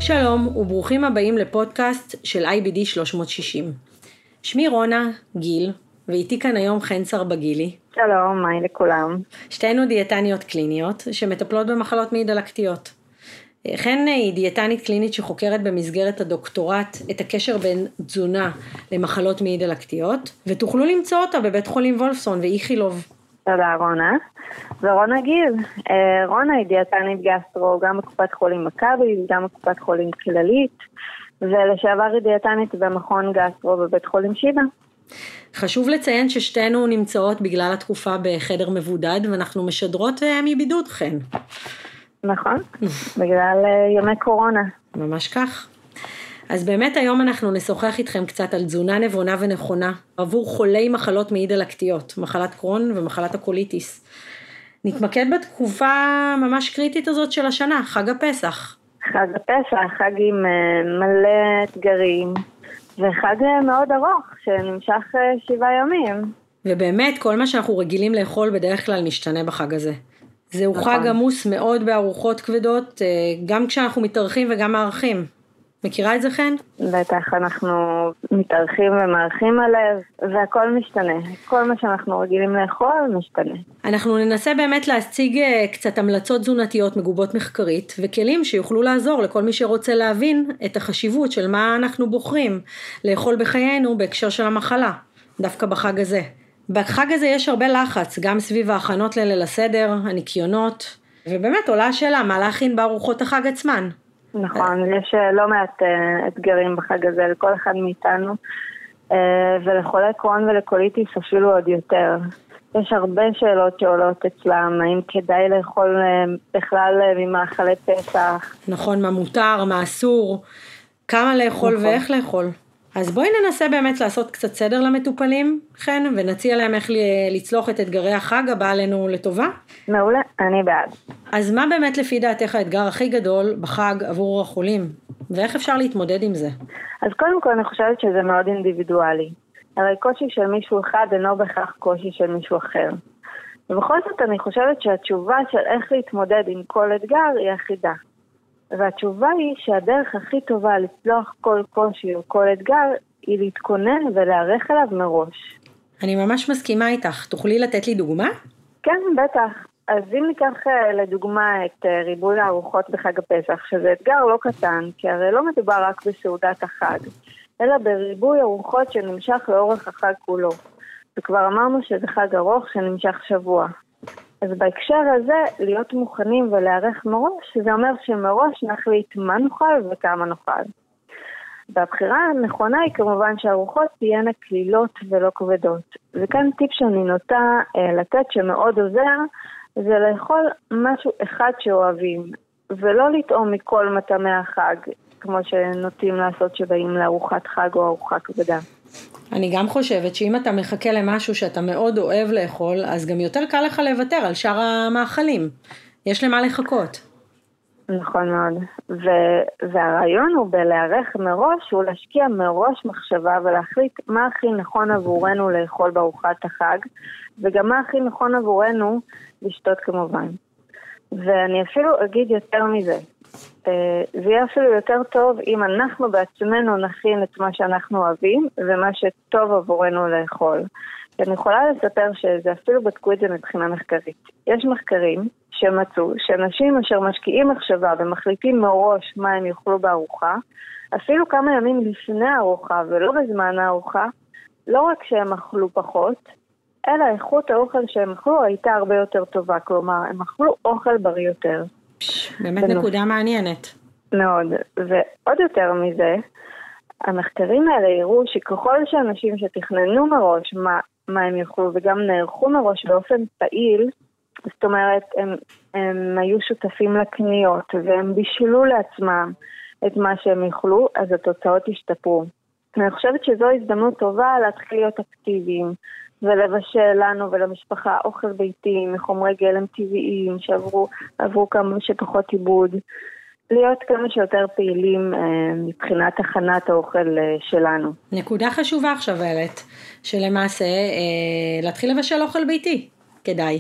שלום וברוכים הבאים לפודקאסט של IBD 360. שמי רונה גיל, ואיתי כאן היום חן סרבגילי. שלום, היי לכולם. שתינו דיאטניות קליניות שמטפלות במחלות מעי דלקתיות. חן היא דיאטנית קלינית שחוקרת במסגרת הדוקטורט את הקשר בין תזונה למחלות מעי דלקתיות, ותוכלו למצוא אותה בבית חולים וולפסון ואיכילוב. תודה רונה. ורונה גיל, רונה היא דיאטנית גסטרו גם בקופת חולים מכבי, גם בקופת חולים כללית, ולשעבר היא דיאטנית במכון גסטרו בבית חולים שיבא. חשוב לציין ששתינו נמצאות בגלל התקופה בחדר מבודד, ואנחנו משדרות מבידוד חן. נכון, בגלל ימי קורונה. ממש כך. אז באמת היום אנחנו נשוחח איתכם קצת על תזונה נבונה ונכונה עבור חולי מחלות מעי דלקתיות, מחלת קרון ומחלת הקוליטיס. נתמקד בתקופה ממש קריטית הזאת של השנה, חג הפסח. חג הפסח, חג עם מלא אתגרים, וחג מאוד ארוך שנמשך 7 ימים. ובאמת כל מה שאנחנו רגילים לאכול בדרך כלל משתנה בחג הזה. זהו נכון. חג עמוס מאוד בארוחות כבדות, גם כשאנחנו מתארחים וגם מארחים. מכירה את זה חן? בטח, אנחנו מתארחים ומארחים הלב, והכל משתנה. כל מה שאנחנו רגילים לאכול משתנה. אנחנו ננסה באמת להציג קצת המלצות תזונתיות מגובות מחקרית, וכלים שיוכלו לעזור לכל מי שרוצה להבין את החשיבות של מה אנחנו בוחרים לאכול בחיינו בהקשר של המחלה, דווקא בחג הזה. בחג הזה יש הרבה לחץ, גם סביב ההכנות לליל הסדר, הניקיונות, ובאמת עולה השאלה מה להכין בארוחות החג עצמן. נכון, יש לא מעט אתגרים בחג הזה לכל אחד מאיתנו, ולחולי קרון ולקוליטיס אפילו עוד יותר. יש הרבה שאלות שעולות אצלם, האם כדאי לאכול בכלל ממאכלי פסח. נכון, מה מותר, מה אסור, כמה לאכול נכון. ואיך לאכול. אז בואי ננסה באמת לעשות קצת סדר למטופלים, חן, ונציע להם איך לצלוח את אתגרי החג הבא עלינו לטובה. מעולה, אני בעד. אז מה באמת לפי דעתך האתגר הכי גדול בחג עבור החולים, ואיך אפשר להתמודד עם זה? אז קודם כל אני חושבת שזה מאוד אינדיבידואלי. הרי קושי של מישהו אחד אינו בכך קושי של מישהו אחר. ובכל זאת אני חושבת שהתשובה של איך להתמודד עם כל אתגר היא אחידה. והתשובה היא שהדרך הכי טובה לצלוח כל קושי או כל אתגר היא להתכונן ולהערך אליו מראש. אני ממש מסכימה איתך. תוכלי לתת לי דוגמה? כן, בטח. אז אם ניקח לדוגמה את ריבוי הארוחות בחג הפסח, שזה אתגר לא קטן, כי הרי לא מדובר רק בסעודת החג, אלא בריבוי ארוחות שנמשך לאורך החג כולו. וכבר אמרנו שזה חג ארוך שנמשך שבוע. אז בהקשר הזה, להיות מוכנים ולהערך מראש, זה אומר שמראש נחליט מה נאכל וכמה נאכל. והבחירה הנכונה היא כמובן שהארוחות תהיינה קלילות ולא כבדות. וכאן טיפ שאני נוטה לתת שמאוד עוזר, זה לאכול משהו אחד שאוהבים, ולא לטעום מכל מטעמי החג, כמו שנוטים לעשות שבאים לארוחת חג או ארוחה כבדה. אני גם חושבת שאם אתה מחכה למשהו שאתה מאוד אוהב לאכול, אז גם יותר קל לך לוותר על שאר המאכלים. יש למה לחכות. נכון מאוד. והרעיון הוא בלהערך מראש, הוא להשקיע מראש מחשבה ולהחליט מה הכי נכון עבורנו לאכול בארוחת החג, וגם מה הכי נכון עבורנו לשתות כמובן. ואני אפילו אגיד יותר מזה. זה יהיה אפילו יותר טוב אם אנחנו בעצמנו נכין את מה שאנחנו אוהבים ומה שטוב עבורנו לאכול. אני יכולה לספר שזה אפילו בדקו את זה מבחינה מחקרית. יש מחקרים שמצאו שאנשים אשר משקיעים מחשבה ומחליטים מראש מה הם יאכלו בארוחה, אפילו כמה ימים לפני הארוחה ולא בזמן הארוחה, לא רק שהם אכלו פחות, אלא איכות האוכל שהם אכלו הייתה הרבה יותר טובה. כלומר, הם אכלו אוכל בריא יותר. באמת נקודה מעניינת. מאוד. ועוד יותר מזה, המחקרים האלה הראו שככל שאנשים שתכננו מראש מה הם יאכלו וגם נערכו מראש באופן פעיל, זאת אומרת, הם היו שותפים לקניות והם בישלו לעצמם את מה שהם יאכלו, אז התוצאות השתפרו. אני חושבת שזו הזדמנות טובה להתחיל להיות אקטיביים, ולבשל לנו ולמשפחה אוכל ביתי מחומרי גלם טבעיים שעברו כמה שפחות עיבוד, להיות כמה שיותר פעילים מבחינת הכנת האוכל שלנו. נקודה חשובה עכשיו העלית, שלמעשה להתחיל לבשל אוכל ביתי, כדאי.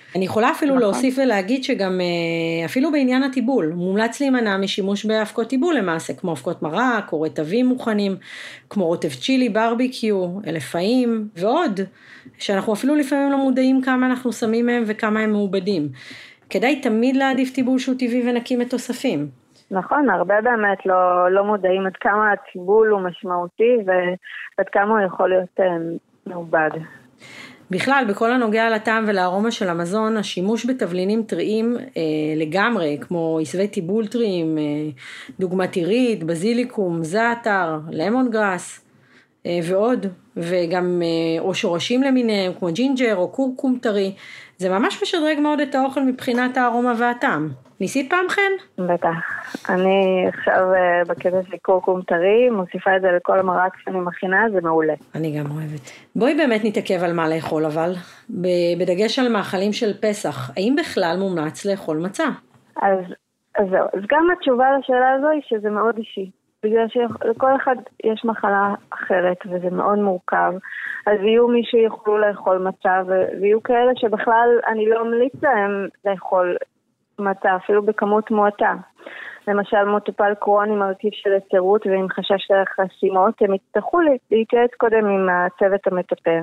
אני יכולה אפילו נכון. להוסיף ולהגיד שגם אפילו בעניין הטיבול, מומלץ להימנע משימוש באבקות טיבול למעשה, כמו אבקות מרק או רטבים מוכנים, כמו רוטב צ'ילי, ברביקיו, אלפאים ועוד, שאנחנו אפילו לפעמים לא מודעים כמה אנחנו שמים מהם וכמה הם מעובדים. כדאי תמיד להעדיף טיבול שהוא טבעי ונקי מתוספים. נכון, הרבה באמת לא מודעים עד כמה הטיבול הוא משמעותי ועד כמה הוא יכול להיות מעובד. בכלל, בכל הנוגע לטעם ולארומה של המזון, השימוש בתבלינים טריים לגמרי, כמו עשבי טיבול טריים, דוגמת עירית, בזיליקום, זעתר, למון גראס ועוד, וגם או שורשים למיניהם, כמו ג'ינג'ר או קורקום טרי, זה ממש משדרג מאוד את האוכל מבחינת הארומה והטעם. ניסית פעם כן? בטח. אני עכשיו בקטע של קורקום טרי, מוסיפה את זה לכל המרק שאני מכינה, זה מעולה. אני גם אוהבת. בואי באמת נתעכב על מה לאכול אבל, בדגש על מאכלים של פסח, האם בכלל מומלץ לאכול מצה? אז זהו, אז גם התשובה לשאלה הזו היא שזה מאוד אישי. בגלל שלכל אחד יש מחלה אחרת וזה מאוד מורכב, אז יהיו מי שיוכלו לאכול מצה ויהיו כאלה שבכלל אני לא ממליץ להם לאכול מצה, אפילו בכמות מועטה. למשל מטופל קרוהן עם מרכיב של יתירות ועם חשש לחסימות, הם יצטרכו להתייעץ קודם עם הצוות המטפל.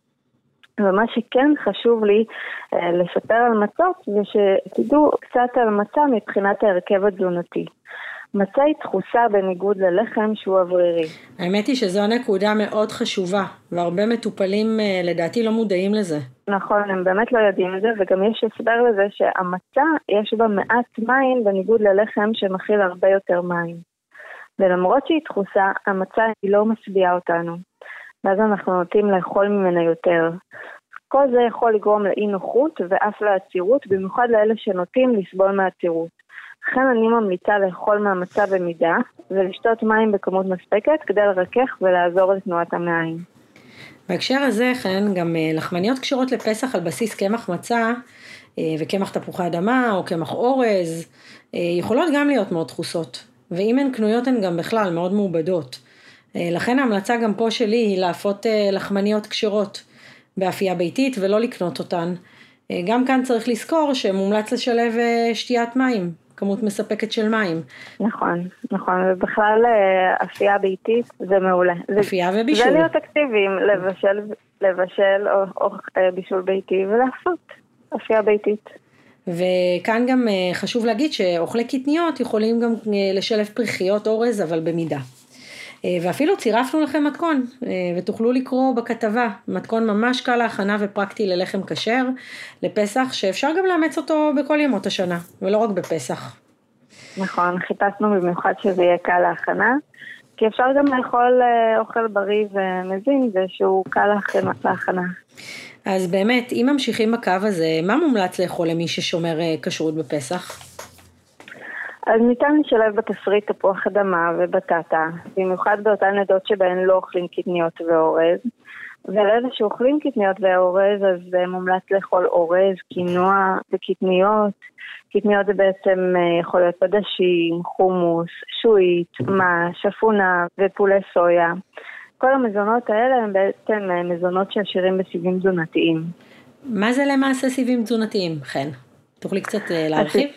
ומה שכן חשוב לי לספר על מצות זה שתדעו קצת על מצה מבחינת ההרכב התזונתי. מצה היא דחוסה בניגוד ללחם שהוא אוורירי. האמת היא שזו נקודה מאוד חשובה, והרבה מטופלים לדעתי לא מודעים לזה. נכון, הם באמת לא יודעים את זה, וגם יש הסבר לזה שהמצה יש בה מעט מים בניגוד ללחם שמכיל הרבה יותר מים. ולמרות שהיא דחוסה, המצה היא לא משביעה אותנו. ואז אנחנו נוטים לאכול ממנה יותר. כל זה יכול לגרום לאי נוחות ואף לעצירות, במיוחד לאלה שנוטים לסבול מעצירות. לכן אני ממליצה לאכול מהמצה במידה ולשתות מים בכמות מספקת כדי לרכך ולעזור לתנועת המעיים. בהקשר הזה, כן, גם לחמניות קשרות לפסח על בסיס קמח מצה וקמח תפוחי אדמה או קמח אורז יכולות גם להיות מאוד דחוסות, ואם הן קנויות הן גם בכלל מאוד מעובדות. לכן ההמלצה גם פה שלי היא להפות לחמניות קשרות באפייה ביתית ולא לקנות אותן. גם כאן צריך לזכור שמומלץ לשלב שתיית מים, כמות מספקת של מים. נכון, נכון, ובכלל אפייה ביתית זה מעולה. אפייה ובישול. זה להיות אקטיביים, לבשל או בישול ביתי ולעשות אפייה ביתית. וכאן גם חשוב להגיד שאוכלי קטניות יכולים גם לשלב פריחיות אורז, אבל במידה. ואפילו צירפנו לכם מתכון, ותוכלו לקרוא בכתבה, מתכון ממש קל להכנה ופרקטי ללחם כשר, לפסח, שאפשר גם לאמץ אותו בכל ימות השנה, ולא רק בפסח. נכון, חיפשנו במיוחד שזה יהיה קל להכנה, כי אפשר גם לאכול אוכל בריא ומזין, ושהוא קל להכנה. אז באמת, אם ממשיכים בקו הזה, מה מומלץ לאכול למי ששומר כשרות בפסח? אז ניתן לשלב בתפריט תפוח אדמה ובטטה, במיוחד באותן עדות שבהן לא אוכלים קטניות ואורז. ולאלה שאוכלים קטניות ואורז, אז מומלץ לאכול אורז, קינוע וקטניות. קטניות זה בעצם יכול להיות פדשים, חומוס, שועית, מש, אפונה ופולי סויה. כל המזונות האלה הם בעצם מזונות שעשירים בסיבים תזונתיים. מה זה למעשה סיבים תזונתיים, חן? תוכלי קצת להרחיב?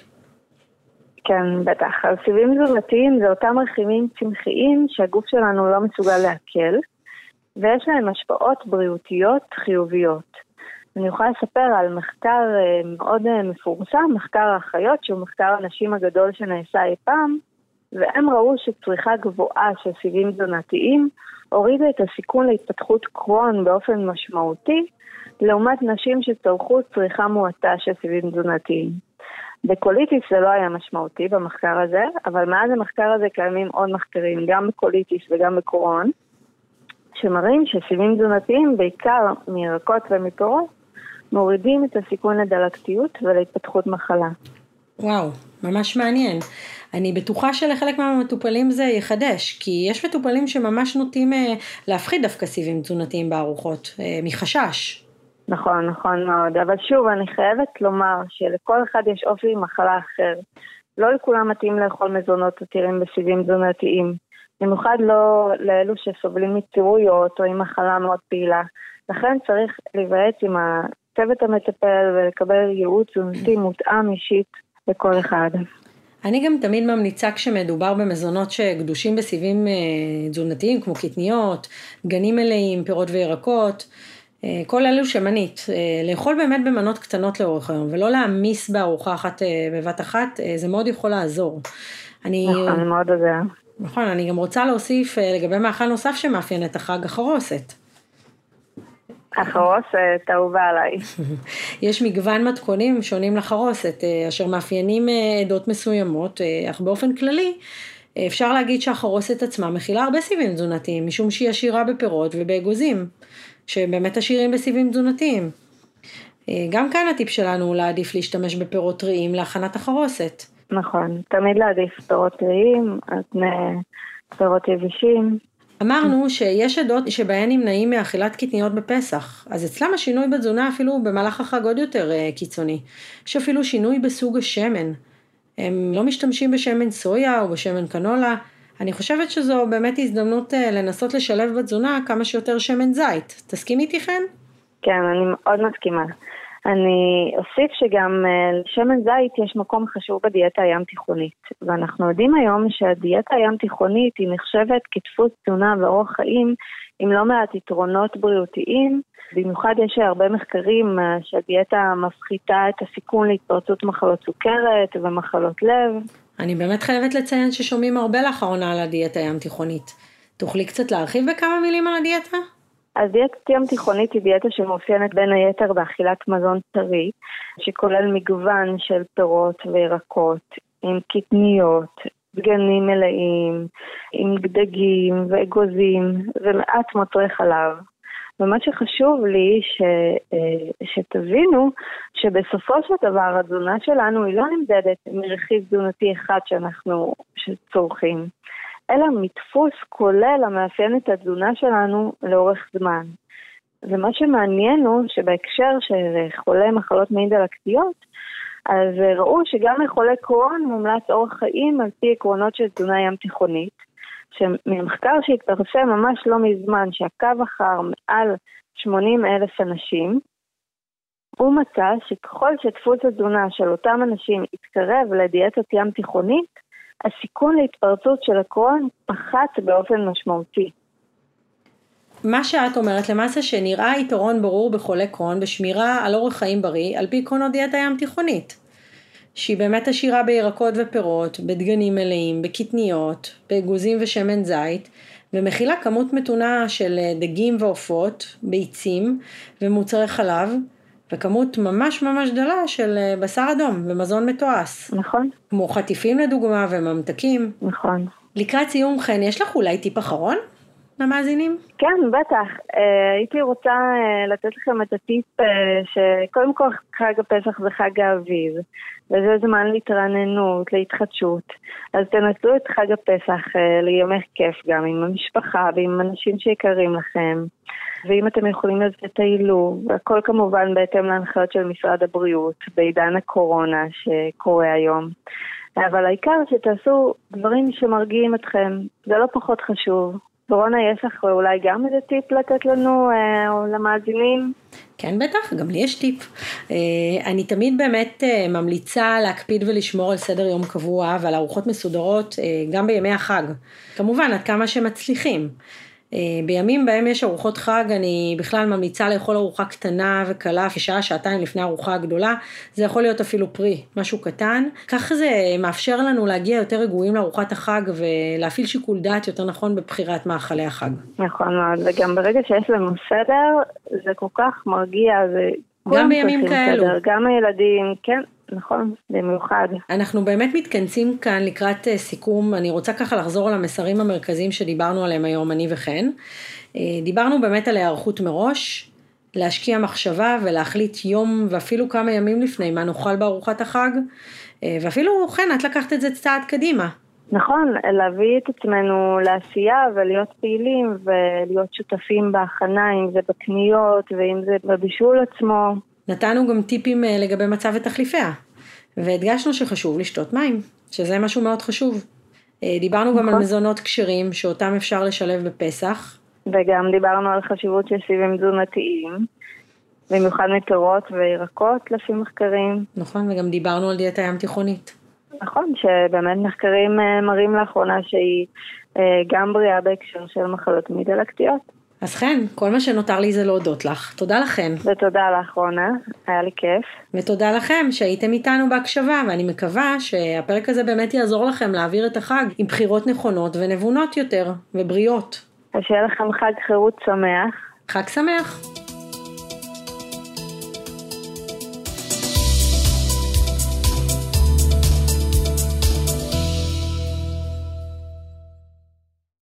כן, בטח. אז סיבים תזונתיים זה אותם רכיבים צמחיים שהגוף שלנו לא מסוגל לעכל, ויש להם השפעות בריאותיות חיוביות. אני יכולה לספר על מחקר מאוד מפורסם, מחקר האחיות, שהוא מחקר הנשים הגדול שנעשה אי פעם, והם ראו שצריכה גבוהה של סיבים תזונתיים הורידה את הסיכון להתפתחות קרוהן באופן משמעותי, לעומת נשים שצרכו צריכה מועטה של סיבים תזונתיים. בקוליטיס זה לא היה משמעותי במחקר הזה, אבל מאז המחקר הזה קיימים עוד מחקרים, גם בקוליטיס וגם בקרוהן, שמראים שסיבים תזונתיים, בעיקר מירקות ומפירות, מורידים את הסיכון לדלקתיות ולהתפתחות מחלה. וואו, ממש מעניין. אני בטוחה שלחלק מהמטופלים זה יחדש, כי יש מטופלים שממש נוטים להפחיד דווקא סיבים תזונתיים בארוחות, מחשש. נכון, נכון מאוד. אבל שוב, אני חייבת לומר שלכל אחד יש אופי מחלה אחר. לא לכולם מתאים לאכול מזונות עתירים בסיבים תזונתיים. במיוחד לא לאלו שסובלים מצירויות או עם מחלה מאוד פעילה. לכן צריך להיוועץ עם הצוות המטפל ולקבל ייעוץ תזונתי מותאם אישית לכל אחד. אני גם תמיד ממליצה כשמדובר במזונות שקדושים בסיבים תזונתיים, כמו קטניות, דגנים מלאים, פירות וירקות, כל אלו שמנית, לאכול באמת במנות קטנות לאורך היום, ולא להעמיס בארוחה אחת בבת אחת, זה מאוד יכול לעזור. נכון, אני מאוד יודע. נכון, אני גם רוצה להוסיף לגבי מאכל נוסף שמאפיין את החג, החרוסת. החרוסת אהובה עליי. יש מגוון מתכונים שונים לחרוסת, אשר מאפיינים עדות מסוימות, אך באופן כללי אפשר להגיד שהחרוסת עצמה מכילה הרבה סיבים תזונתיים, משום שהיא עשירה בפירות ובאגוזים, שבאמת עשירים בסיבים תזונתיים. גם כאן הטיפ שלנו הוא להעדיף להשתמש בפירות טריים להכנת החרוסת. נכון, תמיד להעדיף פירות טריים על פני פירות יבשים. אמרנו שיש עדות שבהן נמנעים מאכילת קטניות בפסח, אז אצלם השינוי בתזונה אפילו במהלך החג עוד יותר קיצוני. יש אפילו שינוי בסוג השמן. הם לא משתמשים בשמן סויה או בשמן קנולה. אני חושבת שזו באמת הזדמנות לנסות לשלב בתזונה כמה שיותר שמן זית. תסכימי איתי חן? כן, אני מאוד מסכימה. אני אוסיף שגם לשמן זית יש מקום חשוב בדיאטה הים תיכונית, ואנחנו יודעים היום שהדיאטה הים תיכונית היא נחשבת כדפוס תזונה ואורח חיים עם לא מעט יתרונות בריאותיים, במיוחד יש הרבה מחקרים שהדיאטה מפחיתה את הסיכון להתפרצות מחלות סוכרת ומחלות לב. אני באמת חייבת לציין ששומעים הרבה לאחרונה על הדיאטה הים תיכונית. תוכלי קצת להרחיב בכמה מילים על הדיאטה? אז דיאטה ים תיכונית היא דיאטה שמאופיינת בין היתר באכילת מזון טרי, שכולל מגוון של פירות וירקות, עם קטניות, דגנים מלאים, עם דגים ואגוזים ומעט מוצרי חלב. ומה שחשוב לי שתבינו שבסופו של דבר התזונה שלנו היא לא נמדדת מרכיב תזונתי אחד שאנחנו צורכים, אלא מדפוס כולל המאפיין את התזונה שלנו לאורך זמן. ומה שמעניין הוא שבהקשר של חולי מחלות מעי דלקתיות, אז ראו שגם לחולי קרון מומלץ אורח חיים על פי עקרונות של תזונה ים תיכונית, שממחקר שהתפרסם ממש לא מזמן, שעקב אחר מעל 80,000 אנשים, הוא מצא שככל שדפוס התזונה של אותם אנשים יתקרב לדיאטת ים תיכונית, הסיכון להתפרצות של הקרון פחת באופן משמעותי. מה שאת אומרת למעשה שנראה יתרון ברור בחולי קרון בשמירה על אורח חיים בריא על פי עקרונות דיאטה ים תיכונית, שהיא באמת עשירה בירקות ופירות, בדגנים מלאים, בקטניות, באגוזים ושמן זית, ומכילה כמות מתונה של דגים ועופות, ביצים ומוצרי חלב, וכמות ממש דלה של בשר אדום ומזון מתועש. נכון. כמו חטיפים לדוגמה וממתקים. נכון. לקראת סיום חן, יש לך אולי טיפ אחרון למאזינים? כן, בטח. הייתי רוצה לתת לכם את הטיפ שקודם כל חג הפסח זה חג האביב, וזה זמן להתרעננות, להתחדשות. אז תנסו את חג הפסח לימי כיף גם עם המשפחה ועם אנשים שיקרים לכם. ואם אתם יכולים אז תטיילו, והכל כמובן בהתאם להנחיות של משרד הבריאות, בעידן הקורונה שקורה היום. אבל העיקר שתעשו דברים שמרגיעים אתכם, זה לא פחות חשוב. דורונה, יש לך אולי גם איזה טיפ לתת לנו או למאזינים? כן, בטח, גם לי יש טיפ. אני תמיד באמת ממליצה להקפיד ולשמור על סדר יום קבוע ועל ארוחות מסודרות גם בימי החג. כמובן, עד כמה שמצליחים. בימים בהם יש ארוחות חג, אני בכלל ממליצה לאכול ארוחה קטנה וקלה, כשעה, שעתיים לפני הארוחה הגדולה, זה יכול להיות אפילו פרי, משהו קטן. כך זה מאפשר לנו להגיע יותר רגועים לארוחת החג, ולהפעיל שיקול דעת יותר נכון בבחירת מאכלי החג. נכון מאוד, וגם ברגע שיש לנו סדר, זה כל כך מרגיע, גם בימים כאלו. סדר, גם הילדים, כן. נכון, במיוחד. אנחנו באמת מתכנסים כאן לקראת סיכום, אני רוצה ככה לחזור על המסרים המרכזיים שדיברנו עליהם היום, אני וכן. דיברנו באמת על הערכות מראש, להשקיע מחשבה ולהחליט יום ואפילו כמה ימים לפני מה נאכל בארוחת החג, ואפילו כן, את לקחת את זה צעד קדימה. נכון, להביא את עצמנו לעשייה ולהיות פעילים ולהיות שותפים בהכנה, אם זה בקניות ואם זה בבישול עצמו. נתנו גם טיפים לגבי מצב ותחליפיה, והדגשנו שחשוב לשתות מים, שזה משהו מאוד חשוב. דיברנו גם על מזונות כשרים, שאותם אפשר לשלב בפסח. וגם דיברנו על חשיבות של סיבים תזונתיים. במיוחד מפירות וירקות לפי מחקרים. נכון, וגם דיברנו על דיאטה ים תיכונית. נכון, שבאמת מחקרים מראים לאחרונה שהיא גם בריאה בהקשר של מחלות מעי דלקתיות. אז כן, כל מה שנותר לי זה להודות לך. תודה לכן. ותודה לך, רונה, היה לי כיף. ותודה לכם שהייתם איתנו בהקשבה, ואני מקווה שהפרק הזה באמת יעזור לכם להעביר את החג עם בחירות נכונות ונבונות יותר, ובריאות. אז שיהיה לכם חג חירות שמח. חג שמח.